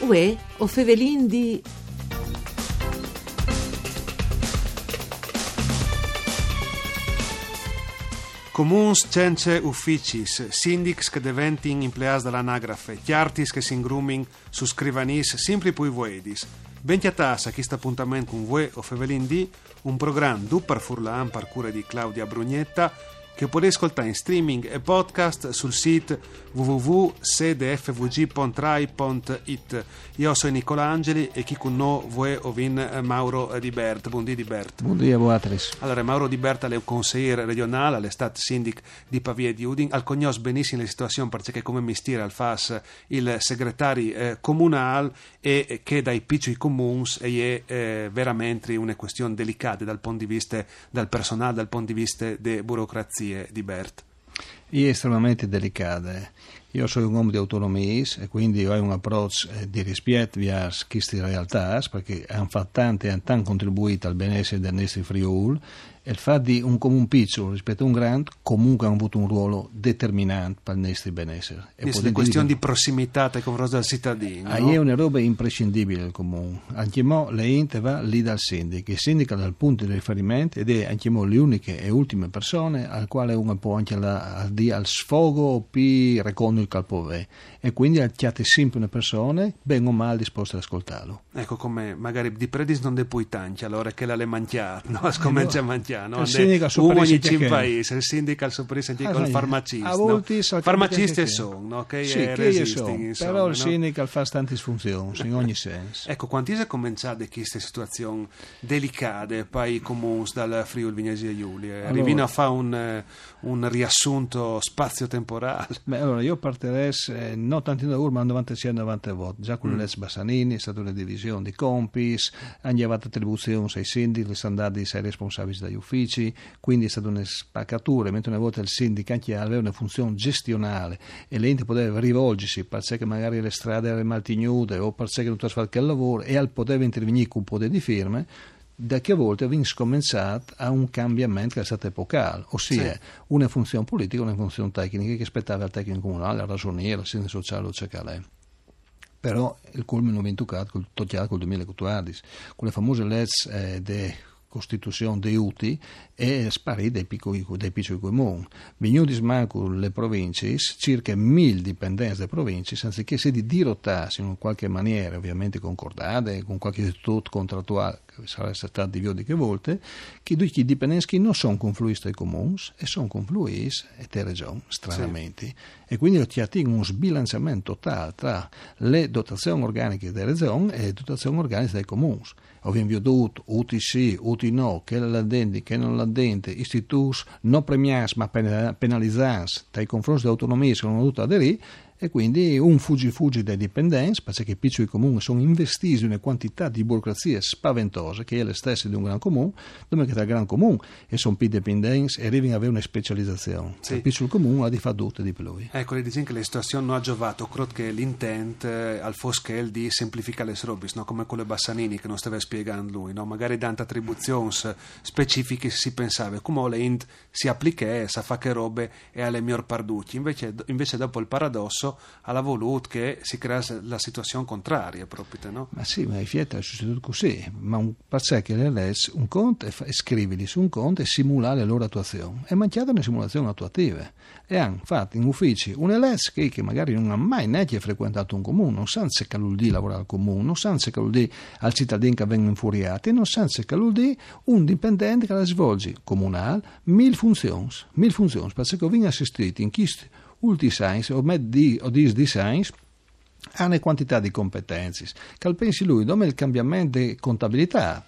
Uè, o fevelin di... Comuns cence ufficis, sindics che deventin impleas dall'anagrafe, chiartis che s'ingrumin su scrivanis, simpli pui voedis. Bentiatas a questo appuntamento con voi o fevelin di un programma du par furlan par cura di Claudia Brugnetta che potete ascoltare in streaming e podcast sul sito www.sedfvg.rai.it. Io sono Nicola Angeli e chi con noi vuoi ovin Mauro Di Bert. Buondì Di Bert. Buondì a Beatrice. Allora, Mauro Di Bert è un consigliere regionale all'estat sindic di Pavia e di Udin. Al cognos benissimo la situazione perché come mestiere al fas il segretario comunale e che dai piccoli comuni è veramente una questione delicata dal punto di vista del personale, dal punto di vista delle burocrazie. Di Bert. È estremamente delicata. Io sono un uomo di autonomia e quindi ho un approccio di rispetto verso queste realtà perché hanno fatto hanno contribuito al benessere del nostro Friuli e il fatto di un comune piccolo rispetto a un grande comunque hanno avuto un ruolo determinante per il nostro benessere. È una questione di prossimità nei confronti del cittadino. È una roba imprescindibile il comune. Anche mo le ente va lì dal sindaco. Il sindaco dal punto di riferimento ed è anche mo le uniche e ultime persone al quale uno può anche al sfogo o più recondo il calpove e quindi chiate sempre una persona ben o male disposta ad ascoltarlo. Ecco come magari di predis non de poi tanti allora che la le mangiare, no? Comincia a mangiare. No? Il sindaco al suo paese, il sindaco al suo paese col farmacista. A volte farmacisti sono, no? Che sì, resisting, insomma, però il no? sindaco fa tante funzioni in ogni senso. Ecco, quanti è cominciate queste situazioni delicate per i comuni dal Friuli Venezia Giulia? Arrivino a fare un riassunto spazio-temporale. Beh, allora io partirei non tanto da Urma, ma 90 volte. Già con l'Ex Bassanini è stata una divisione di compis, hanno llevato attribuzioni ai sindaci, le standardi ai responsabili dagli uffici, quindi è stata una spaccatura, mentre una volta il sindaco anche aveva una funzione gestionale e l'ente poteva rivolgersi perché magari le strade erano mal tenute o perché non poteva fare il lavoro e poteva intervenire con un po' di firme. Da che a volte aveva scominciato a un cambiamento che è stato epocale, ossia una funzione politica e una funzione tecnica che aspettava il tecnico comunale, il ragioniere, il sindaco sociale o c'è. Però il culmine non viene toccato col 2014, con le famose leggi di Costituzione dei UTI e sparì dai piccoli comuni. Venuti smanco le province, circa 1000 dipendenti delle province, anziché se di dirottarsi in qualche maniera, ovviamente concordate, con qualche istituto contrattuale, che sarà stato di più di che volte, che i dipendenti non sono confluiti ai comuni e sono confluiti alle regioni, stranamente. Sì. E quindi ho tirato un sbilanciamento totale tra le dotazioni organiche delle regioni e le dotazioni organiche dei comuni. Abbiamo veduto UTC, UTI no, che l'addendi, che non l'addendi, istituti non premiati ma penalizzati dai confronti dell'autonomia che non hanno dovuto aderire e quindi un fuggi dai dipendenti perché i piccoli comuni sono investiti in una quantità di burocrazia spaventosa che è le stesse di un gran comune, dove che tra il gran comune e sono più dipendenti e arrivano ad avere una specializzazione. Sì. Il piccolo comune ha di fare tutte di più. Ecco, le dicono che la situazione non ha giovato, credo che l'intento al foschel di semplificare le robe, no? Come quello Bassanini che non stava spiegando lui, no? Magari tante attribuzioni specifiche si pensava, come le int si applica, sa fa che robe e alle miglior parducci, invece dopo il paradosso alla voluto che si crea la situazione contraria proprio, no? Ma sì, ma è fietta è succeduto così, ma un che le leggi un conto e scrivili su un conto e simulare le loro attuazioni. È mancata una simulazione attuativa e hanno fatto in uffici una legge che magari non ha mai neanche frequentato un comune, non sanno se vuol dire lavorare al comune, non sanno se vuol dire al cittadino che vengono infuriati, non sanno se vuol dire un dipendente che la svolge comunale 1000 funzioni, perché vengono assistiti in questo ulti science o dis di science ha una quantità di competenze che pensi lui dove il cambiamento di contabilità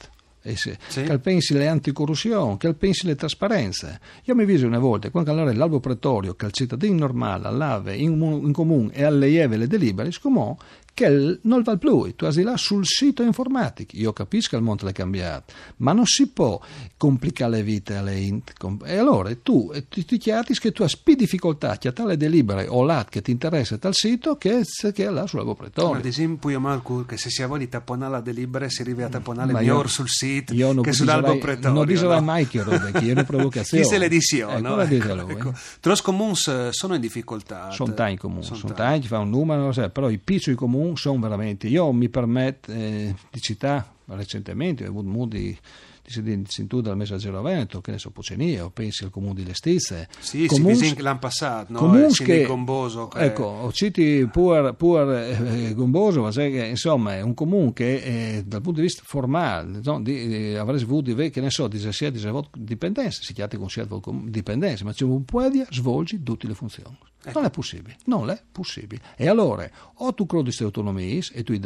che pensi le anticorruzione che pensi le trasparenze. Io mi viso una volta quando allora l'albo pretorio che il cittadino normale all'ave in comune e alle ieve le delibere come che non va più, tu hai là sul sito informatico. Io capisco che il mondo è cambiato, ma non si può complicare le vite alle int. E allora tu ti chiati che tu hai più difficoltà a tale delibere o l'at che ti interessa tal sito che è là sulla pretorio. Ad esempio, io che se si vuole tapponare la delibera si arriva a tapponare miglior sul sito che sull'albo pretorio. Non dicevo mai che robe, che è una provocazione. Questa è l'edizione, no? Ecco. Tros comuni sono in difficoltà. Sono tanti comuni, sono tanti, fa un numero, però i piccoli comuni comuni sono veramente, io mi permetto di citare recentemente, ho avuto modo di sentire dal Messaggero Veneto, che ne so, Pocenia, o pensi al comune di Lestizze. Sì, si vede l'anno passato, no? Comunque, Gomboso. Ecco, ho citi pur Gomboso, ma sai che insomma è un comune che dal punto di vista formale, no, avresti avuto che ne so, 17 dipendenze, si chiama con dipendenze, ma c'è un può svolgi tutte le funzioni. Ecco. Non è possibile. E allora, o tu credi queste autonomie e tu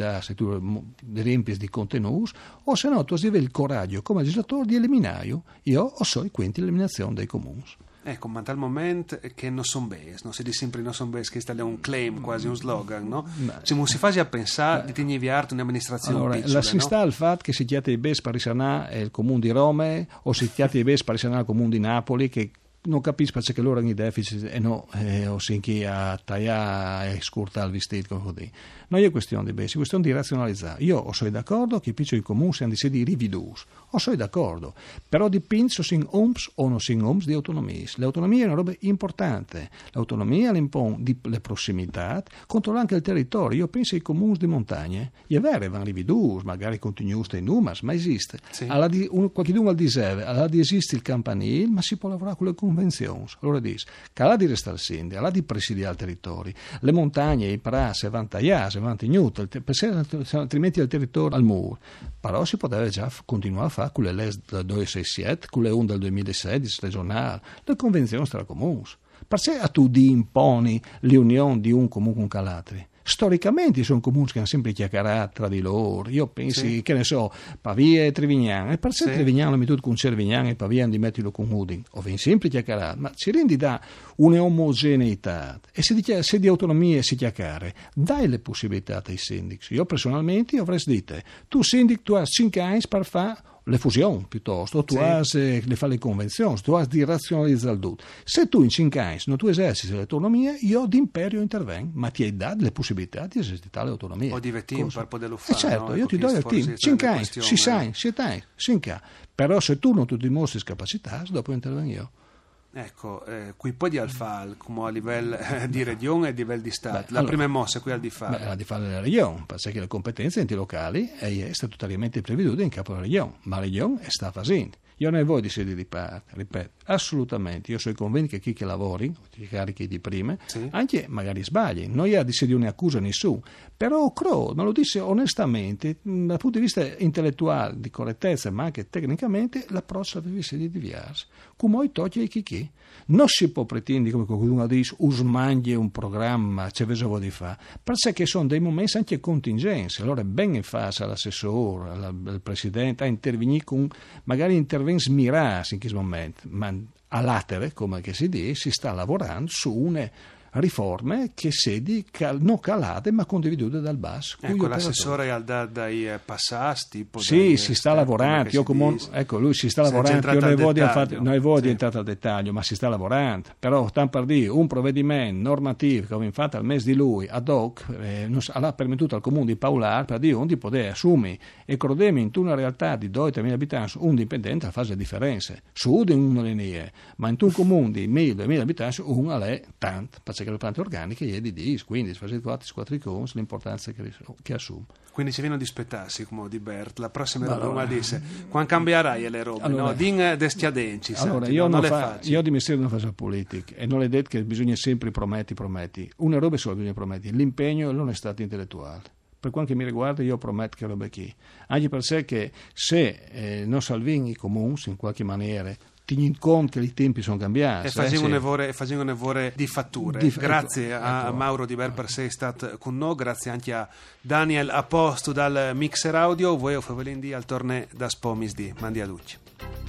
riempi di contenuti, o se no tu hai il coraggio come legislatore di eliminare io o so quindi l'eliminazione dei comuni. Ecco, ma dal momento che non sono bes, non si dice sempre non sono bes, che è un claim, quasi un slogan, no? Cioè, non si fa a pensare di tenere un'amministrazione allora, piccola, la si sta al fatto che si chiama i bes Parisanà è il comune di Roma o si chiama i bes Parisanà il comune di Napoli, che non capisco perché loro hanno i deficit e no, o sinchi a tagliare e scurtare il vestito così. Non è questione di besi, è questione di razionalizzare. Io sono d'accordo che i piccoli comuni siano di rividus, sono d'accordo, però dipende se sin OMS o non sin OMS di autonomie. L'autonomia è una roba importante, l'autonomia impone le prossimità, controlla anche il territorio. Io penso ai comuni di montagne, è vero, vanno rividus, magari continuisti in numas, ma esiste. Sì. Qualcuno al diseve, esiste il campanile, ma si può lavorare con le convenzioni. Allora dice, che alla di restare al Sindi, alla di presidiare il territorio, le montagne, i prassi, vanno tagliati, altrimenti il territorio al muro. Però si poteva già continuare a fare con le leggi del 267, con le 1 del 2016 regionali, le convenzioni tra comuni. Perché a tu di imponi l'unione di un comune con l'altro? Storicamente sono comuni che hanno sempre chiacchierato tra di loro. Io penso, che ne so, Pavia e Trevignano. E per sé Trevignano mi tutto con Cervignano e Pavia di metterlo con Udin. O viene sempre chiacchierato, ma ci rendi da un'omogeneità. E se di autonomia si chiacchiare, dai le possibilità ai sindaci. Io personalmente avrei detto, tu sindac, tu hai 5 anni per fare le fusioni piuttosto, tu hai le fare le convenzioni, tu hai di razionalizzare il tutto. Se tu in 5 anni non tu eserciti l'autonomia, io d'imperio intervengo, ma ti hai dato le possibilità di esercitare l'autonomia. O di team per poterlo fare. Certo, io ti do il team, 5 anni, 6 anni, 7 anni, 5 anni. Però se tu non ti dimostri capacità, dopo intervengo io. Ecco, qui poi di Alfal, come a livello di regione e a livello di Stato. La prima mossa qui al di fare. La di fare della regione, perché le competenze enti locali è statutariamente prevedute in capo alla regione, ma la regione sta facendo. Io non voglio di sedi di parte, ripeto, assolutamente. Io sono convinto che chi che lavori, ti carichi di prima, anche magari sbagli. Non ha di sedere un'accusa nessuno, però Crow non lo disse onestamente, dal punto di vista intellettuale, di correttezza, ma anche tecnicamente, l'approccio deve essere di diverso. Come i tocchi e chi. Non si può pretendere, come qualcuno dice, usmanghi un programma, c'è vesovo di fare, perché sono dei momenti anche contingenze. Allora è ben facile all'assessore, al presidente, a intervenire con magari interventi mirati in questo momento, ma a latere, come che si dice, si sta lavorando su une riforme che non calate ma condividute dal basso. Ecco, l'assessore al dai passati tipo si sta lavorando, lui si sta lavorando, io non voglio di entrare al dettaglio, ma si sta lavorando, però tanto per dire un provvedimento normativo che avevo fatto al mese di lui ad hoc ha permesso al comune di Paular per dire di poter assumere e credemi in una realtà di 2.000 abitanti un dipendente a fare differenze su una linea, ma in un comune di 1.000 abitanti una è tanto, perché le piante organiche gli è di 10, quindi si fa il 4 cons l'importanza che assume. Quindi ci viene di aspettarsi come di Bert la prossima Roma disse quando cambierai le robe, allora, no? Din destiadenci. Allora senti, io di mestiere non faccio politica e non è detto che bisogna sempre prometti. Una roba solo bisogna prometti, l'impegno e l'onestà intellettuale. Per quanto mi riguarda io prometto che roba qui, anche per sé che se non Salvini comunque in qualche maniera tieni in conto che i tempi sono cambiati. E facendo un evore di fatture. Grazie a Mauro Di Ber per sei stato con noi, grazie anche a Daniel Aposto dal Mixer Audio, voi o Favelindi al torne da Spomis di Mandi a Ducci.